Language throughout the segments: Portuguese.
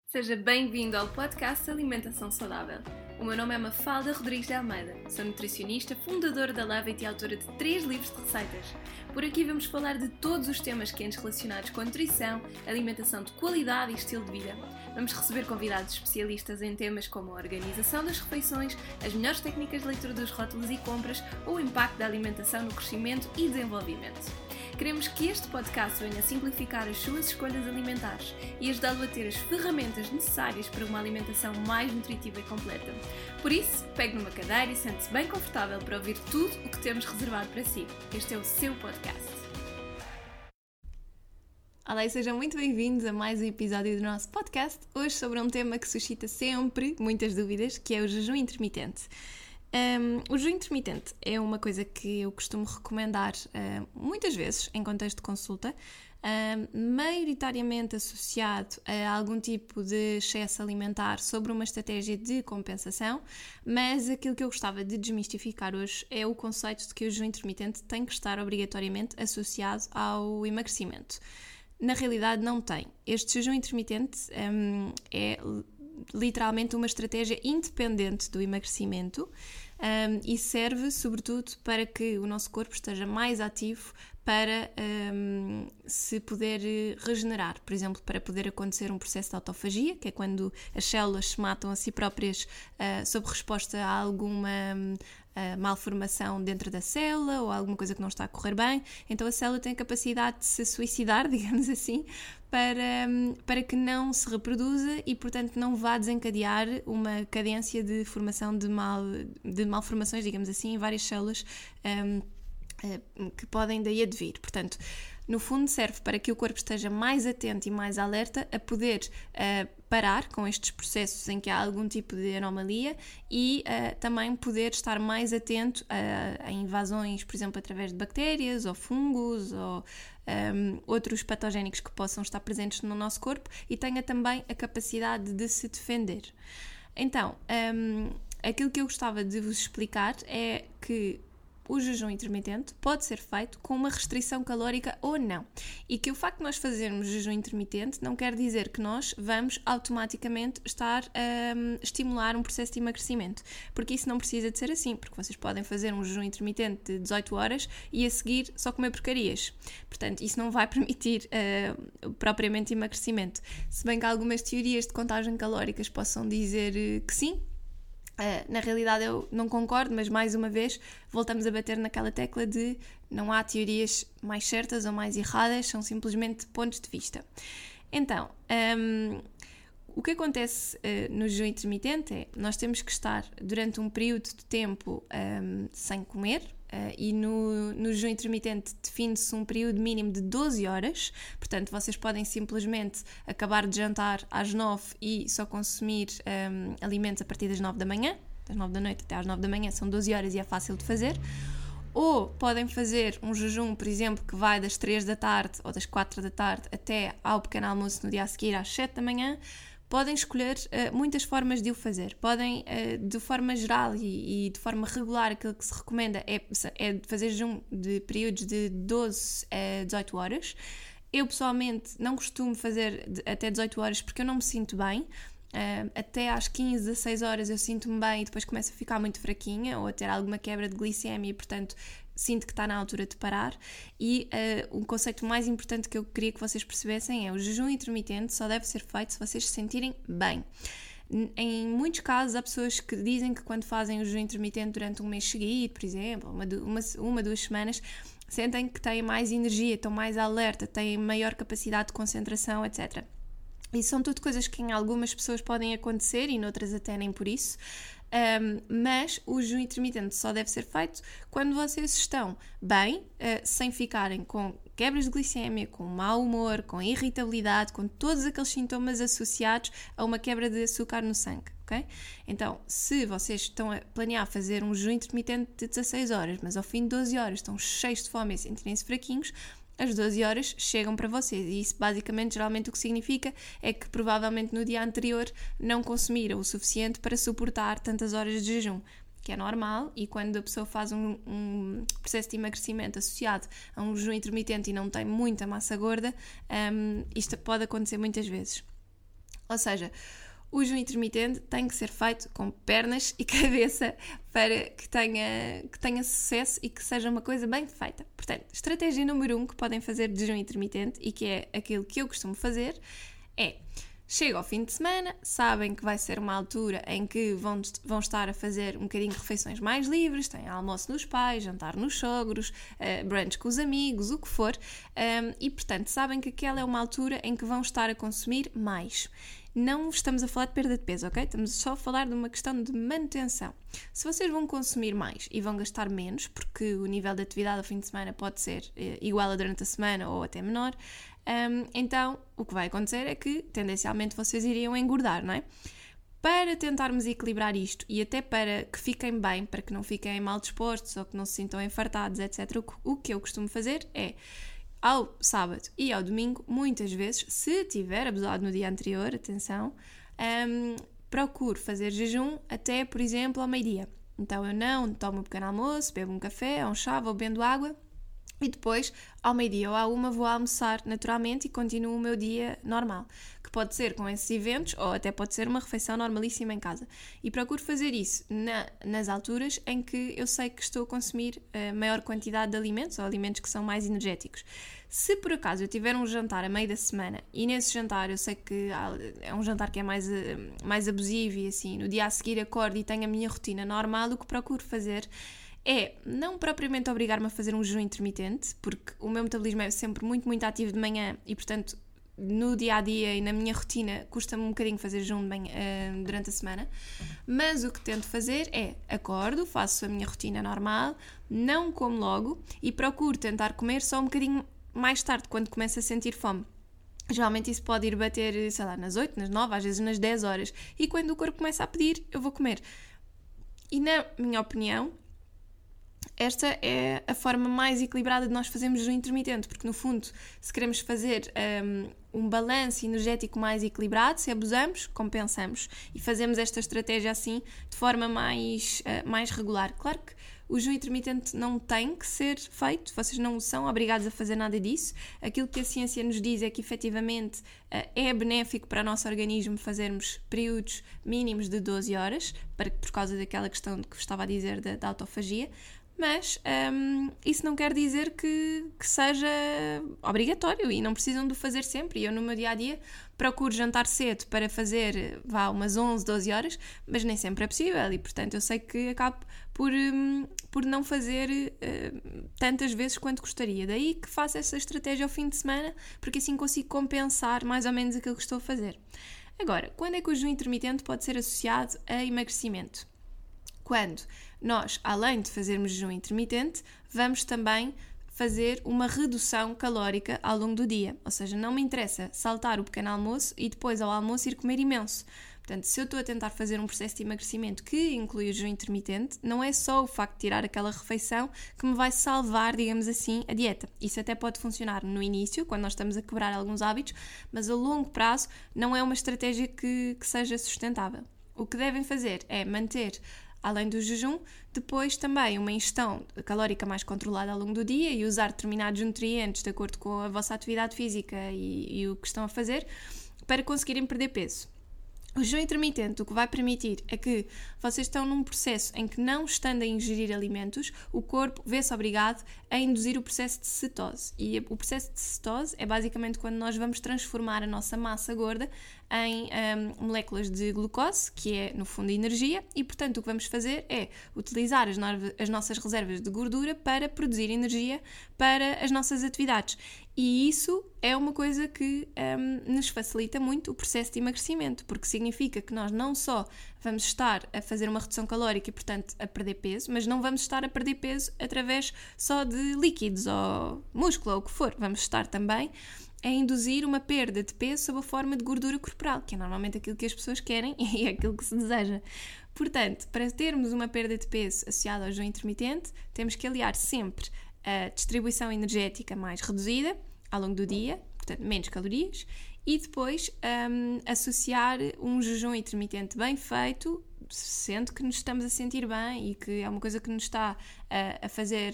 Seja bem-vindo ao podcast Alimentação Saudável. O meu nome é Mafalda Rodrigues de Almeida, sou nutricionista, fundadora da Levit e autora de 3 livros de receitas. Por aqui vamos falar de todos os temas quentes relacionados com a nutrição, alimentação de qualidade e estilo de vida. Vamos receber convidados especialistas em temas como a organização das refeições, as melhores técnicas de leitura dos rótulos e compras ou o impacto da alimentação no crescimento e desenvolvimento. Queremos que este podcast venha simplificar as suas escolhas alimentares e ajudá-lo a ter as ferramentas necessárias para uma alimentação mais nutritiva e completa. Por isso, pegue numa cadeira e sente-se bem confortável para ouvir tudo o que temos reservado para si. Este é o seu podcast. Olá e sejam muito bem-vindos a mais um episódio do nosso podcast. Hoje sobre um tema que suscita sempre muitas dúvidas, que é o jejum intermitente. O jejum intermitente é uma coisa que eu costumo recomendar muitas vezes em contexto de consulta, maioritariamente associado a algum tipo de excesso alimentar sobre uma estratégia de compensação, mas aquilo que eu gostava de desmistificar hoje é o conceito de que o jejum intermitente tem que estar obrigatoriamente associado ao emagrecimento. Na realidade não tem. Este jejum intermitente é literalmente uma estratégia independente do emagrecimento e serve sobretudo para que o nosso corpo esteja mais ativo para se poder regenerar, por exemplo, para poder acontecer um processo de autofagia, que é quando as células se matam a si próprias sob resposta a alguma malformação dentro da célula ou alguma coisa que não está a correr bem. Então a célula tem a capacidade de se suicidar, digamos assim, para que não se reproduza e, portanto, não vá desencadear uma cadência de formação de malformações, digamos assim, em várias células que podem daí advir. Portanto, no fundo serve para que o corpo esteja mais atento e mais alerta a poder parar com estes processos em que há algum tipo de anomalia e também poder estar mais atento a invasões, por exemplo, através de bactérias ou fungos ou outros patogénicos que possam estar presentes no nosso corpo e tenha também a capacidade de se defender. Então, aquilo que eu gostava de vos explicar é que o jejum intermitente pode ser feito com uma restrição calórica ou não. E que o facto de nós fazermos jejum intermitente não quer dizer que nós vamos automaticamente estar a estimular um processo de emagrecimento. Porque isso não precisa de ser assim, porque vocês podem fazer um jejum intermitente de 18 horas e a seguir só comer porcarias. Portanto, isso não vai permitir propriamente emagrecimento. Se bem que algumas teorias de contagem calóricas possam dizer que sim, na realidade eu não concordo, mas mais uma vez voltamos a bater naquela tecla de não há teorias mais certas ou mais erradas, são simplesmente pontos de vista. Então, o que acontece no jejum intermitente é nós temos que estar durante um período de tempo sem comer, e no jejum intermitente define-se um período mínimo de 12 horas, portanto vocês podem simplesmente acabar de jantar às 9 e só consumir alimentos a partir das 9 da manhã, das 9 da noite até às 9 da manhã, são 12 horas e é fácil de fazer. Ou podem fazer um jejum, por exemplo, que vai das 3 da tarde ou das 4 da tarde até ao pequeno almoço no dia a seguir às 7 da manhã. Podem escolher muitas formas de o fazer. Podem, de forma geral e de forma regular, aquilo que se recomenda é fazer jejum de períodos de 12 a 18 horas. Eu, pessoalmente, não costumo fazer até 18 horas porque eu não me sinto bem. Até às 15, 16 horas eu sinto-me bem e depois começo a ficar muito fraquinha ou a ter alguma quebra de glicemia e, portanto, sinto que está na altura de parar. E o conceito mais importante que eu queria que vocês percebessem é o jejum intermitente só deve ser feito se vocês se sentirem bem. Em muitos casos há pessoas que dizem que quando fazem o jejum intermitente durante um mês seguido, por exemplo, uma 2 semanas, sentem que têm mais energia, estão mais alerta, têm maior capacidade de concentração, etc. E são tudo coisas que em algumas pessoas podem acontecer e noutras até nem por isso. Mas o jejum intermitente só deve ser feito quando vocês estão bem, sem ficarem com quebras de glicemia, com mau humor, com irritabilidade, com todos aqueles sintomas associados a uma quebra de açúcar no sangue, ok? Então, se vocês estão a planear fazer um jejum intermitente de 16 horas, mas ao fim de 12 horas estão cheios de fome e sentirem-se fraquinhos, as 12 horas chegam para vocês e isso basicamente geralmente o que significa é que provavelmente no dia anterior não consumiram o suficiente para suportar tantas horas de jejum, que é normal, e quando a pessoa faz um processo de emagrecimento associado a um jejum intermitente e não tem muita massa gorda, isto pode acontecer muitas vezes. Ou seja, o jejum intermitente tem que ser feito com pernas e cabeça para que tenha sucesso e que seja uma coisa bem feita. Portanto, estratégia número 1 que podem fazer de jejum intermitente, e que é aquilo que eu costumo fazer, é: chega ao fim de semana, sabem que vai ser uma altura em que vão estar a fazer um bocadinho de refeições mais livres, têm almoço nos pais, jantar nos sogros, brunch com os amigos, o que for, e portanto sabem que aquela é uma altura em que vão estar a consumir mais. Não estamos a falar de perda de peso, ok? Estamos só a falar de uma questão de manutenção. Se vocês vão consumir mais e vão gastar menos, porque o nível de atividade ao fim de semana pode ser igual a durante a semana ou até menor, então o que vai acontecer é que tendencialmente vocês iriam engordar, não é? Para tentarmos equilibrar isto e até para que fiquem bem, para que não fiquem mal dispostos ou que não se sintam enfartados, etc., o que eu costumo fazer é: ao sábado e ao domingo, muitas vezes, se tiver abusado no dia anterior, atenção, procuro fazer jejum até, por exemplo, ao meio-dia. Então eu não tomo um pequeno almoço, bebo um café ou um chá, vou bebendo água, e depois, ao meio-dia ou à 1, vou almoçar naturalmente e continuo o meu dia normal, que pode ser com esses eventos ou até pode ser uma refeição normalíssima em casa. E procuro fazer isso nas alturas em que eu sei que estou a consumir maior quantidade de alimentos, ou alimentos que são mais energéticos. Se por acaso eu tiver um jantar a meio da semana e nesse jantar eu sei que é um jantar que é mais abusivo e assim, no dia a seguir acordo e tenho a minha rotina normal, o que procuro fazer é não propriamente obrigar-me a fazer um jejum intermitente, porque o meu metabolismo é sempre muito, muito ativo de manhã e, portanto, no dia-a-dia e na minha rotina custa-me um bocadinho fazer jejum de manhã, durante a semana. Mas o que tento fazer é: acordo, faço a minha rotina normal, não como logo e procuro tentar comer só um bocadinho mais tarde, quando começo a sentir fome. Geralmente isso pode ir bater, sei lá, nas 8, nas 9, às vezes nas 10 horas. E quando o corpo começa a pedir, eu vou comer. E na minha opinião, esta é a forma mais equilibrada de nós fazermos jejum intermitente, porque no fundo, se queremos fazer um balanço energético mais equilibrado, se abusamos, compensamos e fazemos esta estratégia assim de forma mais regular. Claro que o jejum intermitente não tem que ser feito, vocês não são obrigados a fazer nada disso. Aquilo que a ciência nos diz é que efetivamente é benéfico para o nosso organismo fazermos períodos mínimos de 12 horas, por causa daquela questão que vos estava a dizer da autofagia. Mas isso não quer dizer que seja obrigatório e não precisam de o fazer sempre. Eu no meu dia-a-dia procuro jantar cedo para fazer umas 11, 12 horas, mas nem sempre é possível e, portanto, eu sei que acabo por não fazer tantas vezes quanto gostaria. Daí que faço essa estratégia ao fim de semana, porque assim consigo compensar mais ou menos aquilo que estou a fazer. Agora, quando é que o jejum intermitente pode ser associado a emagrecimento? Quando nós, além de fazermos jejum intermitente, vamos também fazer uma redução calórica ao longo do dia. Ou seja, não me interessa saltar o pequeno almoço e depois ao almoço ir comer imenso. Portanto, se eu estou a tentar fazer um processo de emagrecimento que inclui o jejum intermitente, não é só o facto de tirar aquela refeição que me vai salvar, digamos assim, a dieta. Isso até pode funcionar no início, quando nós estamos a quebrar alguns hábitos, mas a longo prazo não é uma estratégia que seja sustentável. O que devem fazer é manter, além do jejum, depois também uma ingestão calórica mais controlada ao longo do dia e usar determinados nutrientes de acordo com a vossa atividade física e o que estão a fazer para conseguirem perder peso. O jejum intermitente o que vai permitir é que vocês estão num processo em que, não estando a ingerir alimentos, o corpo vê-se obrigado a induzir o processo de cetose. E o processo de cetose é basicamente quando nós vamos transformar a nossa massa gorda em moléculas de glucose, que é, no fundo, energia, e, portanto, o que vamos fazer é utilizar as nossas reservas de gordura para produzir energia para as nossas atividades. E isso é uma coisa que nos facilita muito o processo de emagrecimento, porque significa que nós não só vamos estar a fazer uma redução calórica e, portanto, a perder peso, mas não vamos estar a perder peso através só de líquidos ou músculo ou o que for. Vamos estar também a induzir uma perda de peso sob a forma de gordura corporal, que é normalmente aquilo que as pessoas querem e é aquilo que se deseja. Portanto, para termos uma perda de peso associada ao jejum intermitente, temos que aliar sempre a distribuição energética mais reduzida ao longo do dia, portanto menos calorias, e depois associar um jejum intermitente bem feito, sendo que nos estamos a sentir bem e que é uma coisa que nos está a fazer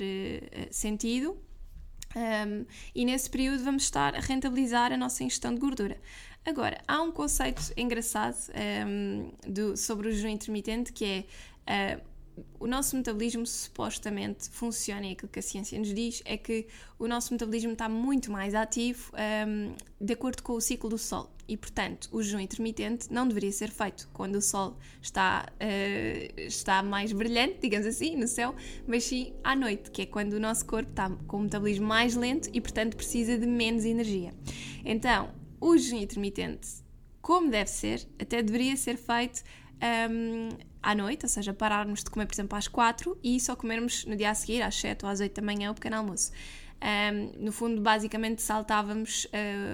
sentido. E nesse período vamos estar a rentabilizar a nossa ingestão de gordura. Agora, há um conceito engraçado sobre o jejum intermitente, que é o nosso metabolismo supostamente funciona, e aquilo que a ciência nos diz é que o nosso metabolismo está muito mais ativo de acordo com o ciclo do Sol, e portanto o jejum intermitente não deveria ser feito quando o Sol está mais brilhante, digamos assim, no céu, mas sim à noite, que é quando o nosso corpo está com o metabolismo mais lento e portanto precisa de menos energia. Então o jejum intermitente, como deve ser, até deveria ser feito à noite, ou seja, pararmos de comer, por exemplo, às 4 e só comermos no dia a seguir, às 7 ou às 8 da manhã, o pequeno almoço. No fundo, basicamente, saltávamos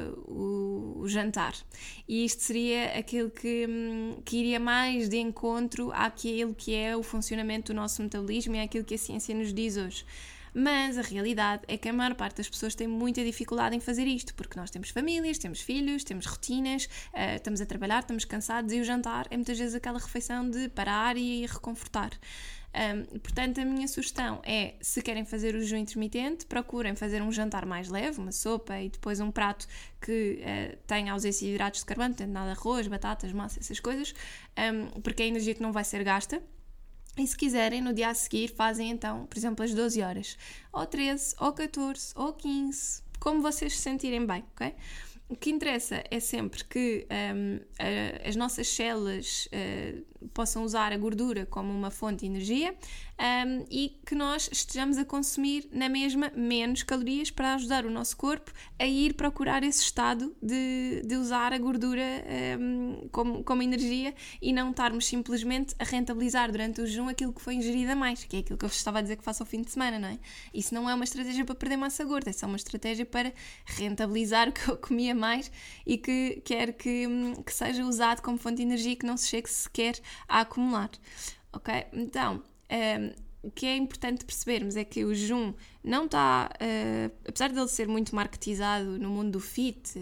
o jantar. E isto seria aquilo que iria mais de encontro àquilo que é o funcionamento do nosso metabolismo e àquilo que a ciência nos diz hoje. Mas a realidade é que a maior parte das pessoas tem muita dificuldade em fazer isto, porque nós temos famílias, temos filhos, temos rotinas, estamos a trabalhar, estamos cansados, e o jantar é muitas vezes aquela refeição de parar e reconfortar. Portanto, a minha sugestão é, se querem fazer o jejum intermitente, procurem fazer um jantar mais leve, uma sopa e depois um prato que tenha ausência de hidratos de carbono, portanto nada de arroz, batatas, massa, essas coisas, porque é a energia que não vai ser gasta. E se quiserem, no dia a seguir, fazem então, por exemplo, às 12 horas, ou 13, ou 14, ou 15, como vocês se sentirem bem, ok? O que interessa é sempre que as nossas células possam usar a gordura como uma fonte de energia e que nós estejamos a consumir na mesma menos calorias para ajudar o nosso corpo a ir procurar esse estado de usar a gordura como energia, e não estarmos simplesmente a rentabilizar durante o jejum aquilo que foi ingerido a mais, que é aquilo que eu vos estava a dizer que faço ao fim de semana, não é? Isso não é uma estratégia para perder massa gorda, é só uma estratégia para rentabilizar o que eu comia mais e que quer que seja usado como fonte de energia, que não se chegue sequer a acumular, ok? Então, o que é importante percebermos é que o jejum não está, apesar de ele ser muito marketizado no mundo do fit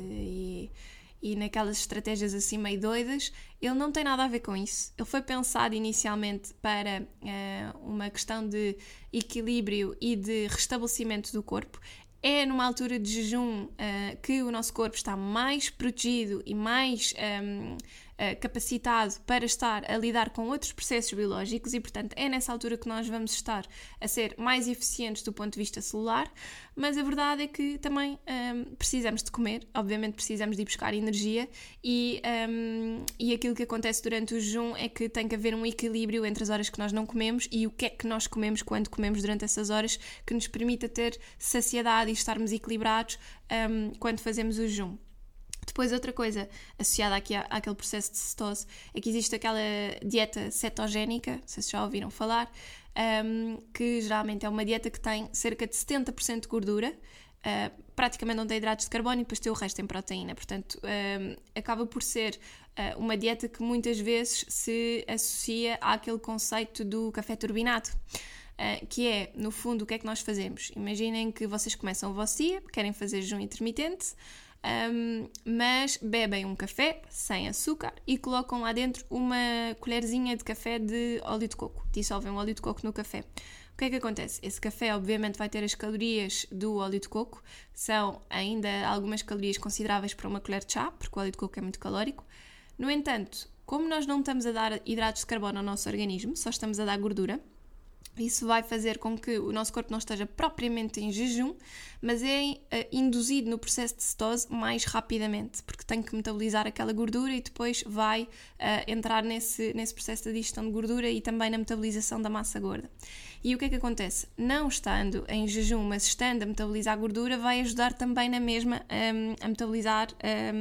e naquelas estratégias assim meio doidas, ele não tem nada a ver com isso. Ele foi pensado inicialmente para uma questão de equilíbrio e de restabelecimento do corpo. É numa altura de jejum que o nosso corpo está mais protegido e mais capacitado para estar a lidar com outros processos biológicos, e portanto é nessa altura que nós vamos estar a ser mais eficientes do ponto de vista celular. Mas a verdade é que também precisamos de comer, obviamente precisamos de ir buscar energia, e aquilo que acontece durante o jejum é que tem que haver um equilíbrio entre as horas que nós não comemos e o que é que nós comemos quando comemos durante essas horas, que nos permita ter saciedade e estarmos equilibrados quando fazemos o jejum. Depois, outra coisa associada aqui àquele processo de cetose é que existe aquela dieta cetogénica, não sei se já ouviram falar, que geralmente é uma dieta que tem cerca de 70% de gordura, praticamente não tem hidratos de carbono, e depois tem o resto em proteína. Portanto, acaba por ser uma dieta que muitas vezes se associa àquele conceito do café turbinado. Que é, no fundo, o que é que nós fazemos? Imaginem que vocês começam o vosso dia, querem fazer jejum intermitente, mas bebem um café sem açúcar e colocam lá dentro uma colherzinha de café de óleo de coco, dissolvem o óleo de coco no café. O que é que acontece? Esse café obviamente vai ter as calorias do óleo de coco, são ainda algumas calorias consideráveis para uma colher de chá, porque o óleo de coco é muito calórico. No entanto, como nós não estamos a dar hidratos de carbono ao nosso organismo, só estamos a dar gordura, isso vai fazer com que o nosso corpo não esteja propriamente em jejum, mas é induzido no processo de cetose mais rapidamente, porque tem que metabolizar aquela gordura e depois vai entrar nesse processo de digestão de gordura e também na metabolização da massa gorda. E o que é que acontece? Não estando em jejum, mas estando a metabolizar a gordura, vai ajudar também na mesma a metabolizar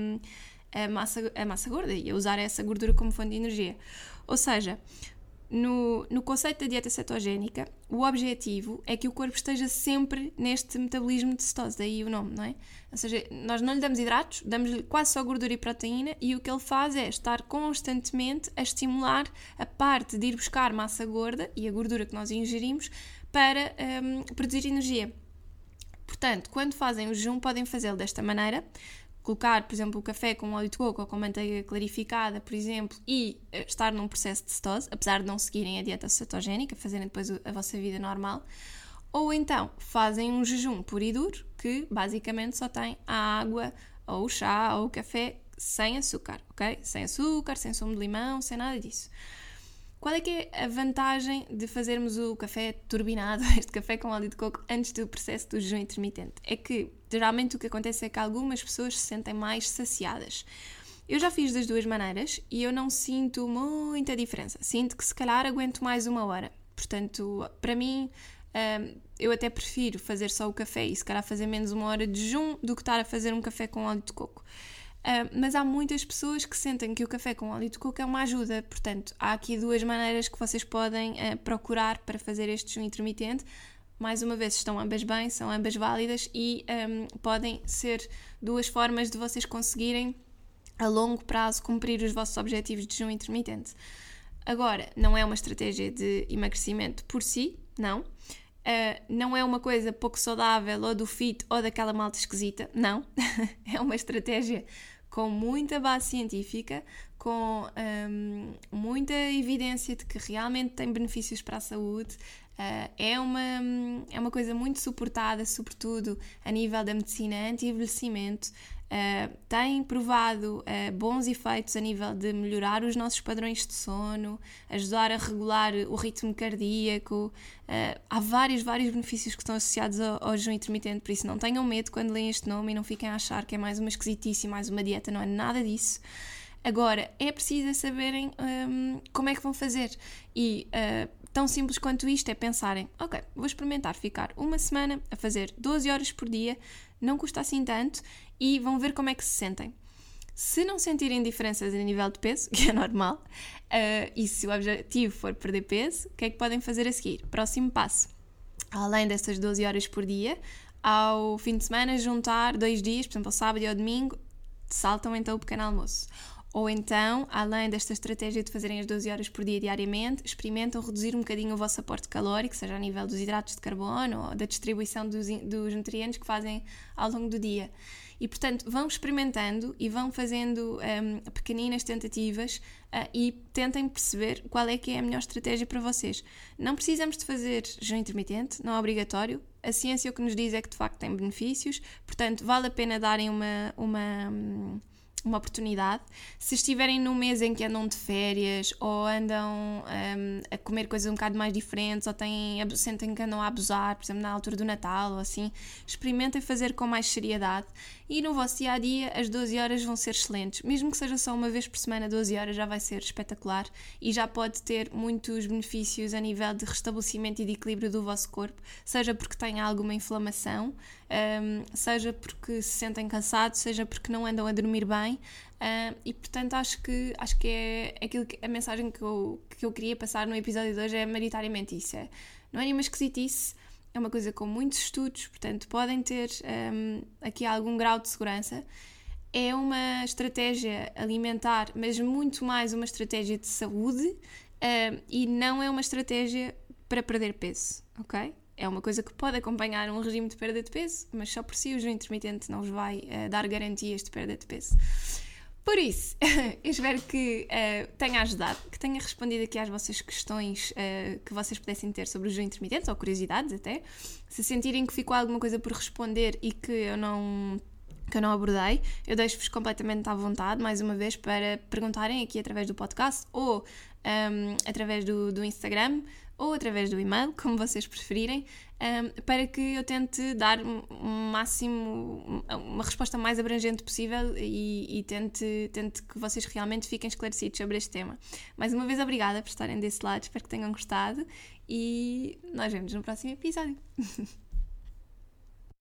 a massa gorda e a usar essa gordura como fonte de energia. Ou seja, no conceito da dieta cetogénica, o objetivo é que o corpo esteja sempre neste metabolismo de cetose, daí o nome, não é? Ou seja, nós não lhe damos hidratos, damos-lhe quase só gordura e proteína, e o que ele faz é estar constantemente a estimular a parte de ir buscar massa gorda e a gordura que nós ingerimos para produzir energia. Portanto, quando fazem o jejum, podem fazê-lo desta maneira: colocar, por exemplo, o café com óleo de coco ou com manteiga clarificada, por exemplo, e estar num processo de cetose, apesar de não seguirem a dieta cetogénica, fazerem depois a vossa vida normal. Ou então fazem um jejum puro e duro, que basicamente só tem a água ou o chá ou o café sem açúcar, ok? Sem açúcar, sem sumo de limão, sem nada disso. Qual é que é a vantagem de fazermos o café turbinado, este café com óleo de coco, antes do processo do jejum intermitente? É que, geralmente, o que acontece é que algumas pessoas se sentem mais saciadas. Eu já fiz das duas maneiras e eu não sinto muita diferença. Sinto que, se calhar, aguento mais 1 hora. Portanto, para mim, eu até prefiro fazer só o café e, se calhar, fazer menos 1 hora de jejum do que estar a fazer um café com óleo de coco. Mas há muitas pessoas que sentem que o café com óleo de coco é uma ajuda. Portanto, há aqui 2 maneiras que vocês podem procurar para fazer este jejum intermitente. Mais uma vez, estão ambas bem, são ambas válidas e podem ser 2 formas de vocês conseguirem, a longo prazo, cumprir os vossos objetivos de jejum intermitente. Agora, não é uma estratégia de emagrecimento por si, não. Não é uma coisa pouco saudável ou do fit ou daquela malta esquisita, não. É uma estratégia com muita base científica, com muita evidência de que realmente tem benefícios para a saúde. É uma coisa muito suportada, sobretudo a nível da medicina anti-envelhecimento. Tem provado bons efeitos a nível de melhorar os nossos padrões de sono, ajudar a regular o ritmo cardíaco. Há vários benefícios que estão associados ao jejum intermitente, por isso não tenham medo quando leem este nome e não fiquem a achar que é mais uma esquisitice e mais uma dieta, não é nada disso. Agora, é preciso saberem como é que vão fazer e tão simples quanto isto é pensarem, ok, vou experimentar ficar 1 semana a fazer 12 horas por dia, não custa assim tanto e vão ver como é que se sentem. Se não sentirem diferenças a nível de peso, que é normal, e se o objetivo for perder peso, o que é que podem fazer a seguir? Próximo passo, além dessas 12 horas por dia, ao fim de semana juntar 2 dias, por exemplo, ao sábado e ao domingo, saltam então o pequeno almoço. Ou então, além desta estratégia de fazerem as 12 horas por dia diariamente, experimentam reduzir um bocadinho o vosso aporte calórico, seja a nível dos hidratos de carbono ou da distribuição dos nutrientes que fazem ao longo do dia. E, portanto, vão experimentando e vão fazendo pequeninas tentativas e tentem perceber qual é que é a melhor estratégia para vocês. Não precisamos de fazer jejum intermitente, não é obrigatório. A ciência o que nos diz é que, de facto, tem benefícios. Portanto, vale a pena darem uma oportunidade. Se estiverem num mês em que andam de férias ou andam a comer coisas um bocado mais diferentes ou sentem que andam a abusar, por exemplo, na altura do Natal ou assim, experimentem fazer com mais seriedade e no vosso dia-a-dia as 12 horas vão ser excelentes. Mesmo que seja só uma vez por semana, 12 horas já vai ser espetacular e já pode ter muitos benefícios a nível de restabelecimento e de equilíbrio do vosso corpo, seja porque têm alguma inflamação, seja porque se sentem cansados, seja porque não andam a dormir bem. E portanto acho que é aquilo a mensagem que eu queria passar no episódio de hoje é maioritariamente isso. Não é nenhuma esquisitice, é uma coisa com muitos estudos, portanto podem ter aqui algum grau de segurança. É uma estratégia alimentar, mas muito mais uma estratégia de saúde e não é uma estratégia para perder peso, ok? É uma coisa que pode acompanhar um regime de perda de peso, mas só por si o jejum intermitente não vos vai dar garantias de perda de peso. Por isso, eu espero que tenha ajudado, que tenha respondido aqui às vossas questões que vocês pudessem ter sobre o jejum intermitente, ou curiosidades até. Se sentirem que ficou alguma coisa por responder e que eu não abordei, eu deixo-vos completamente à vontade, mais uma vez, para perguntarem aqui através do podcast ou através do Instagram ou através do e-mail, como vocês preferirem, para que eu tente dar uma resposta mais abrangente possível e tente que vocês realmente fiquem esclarecidos sobre este tema. Mais uma vez, obrigada por estarem desse lado, espero que tenham gostado e nós vemos no próximo episódio.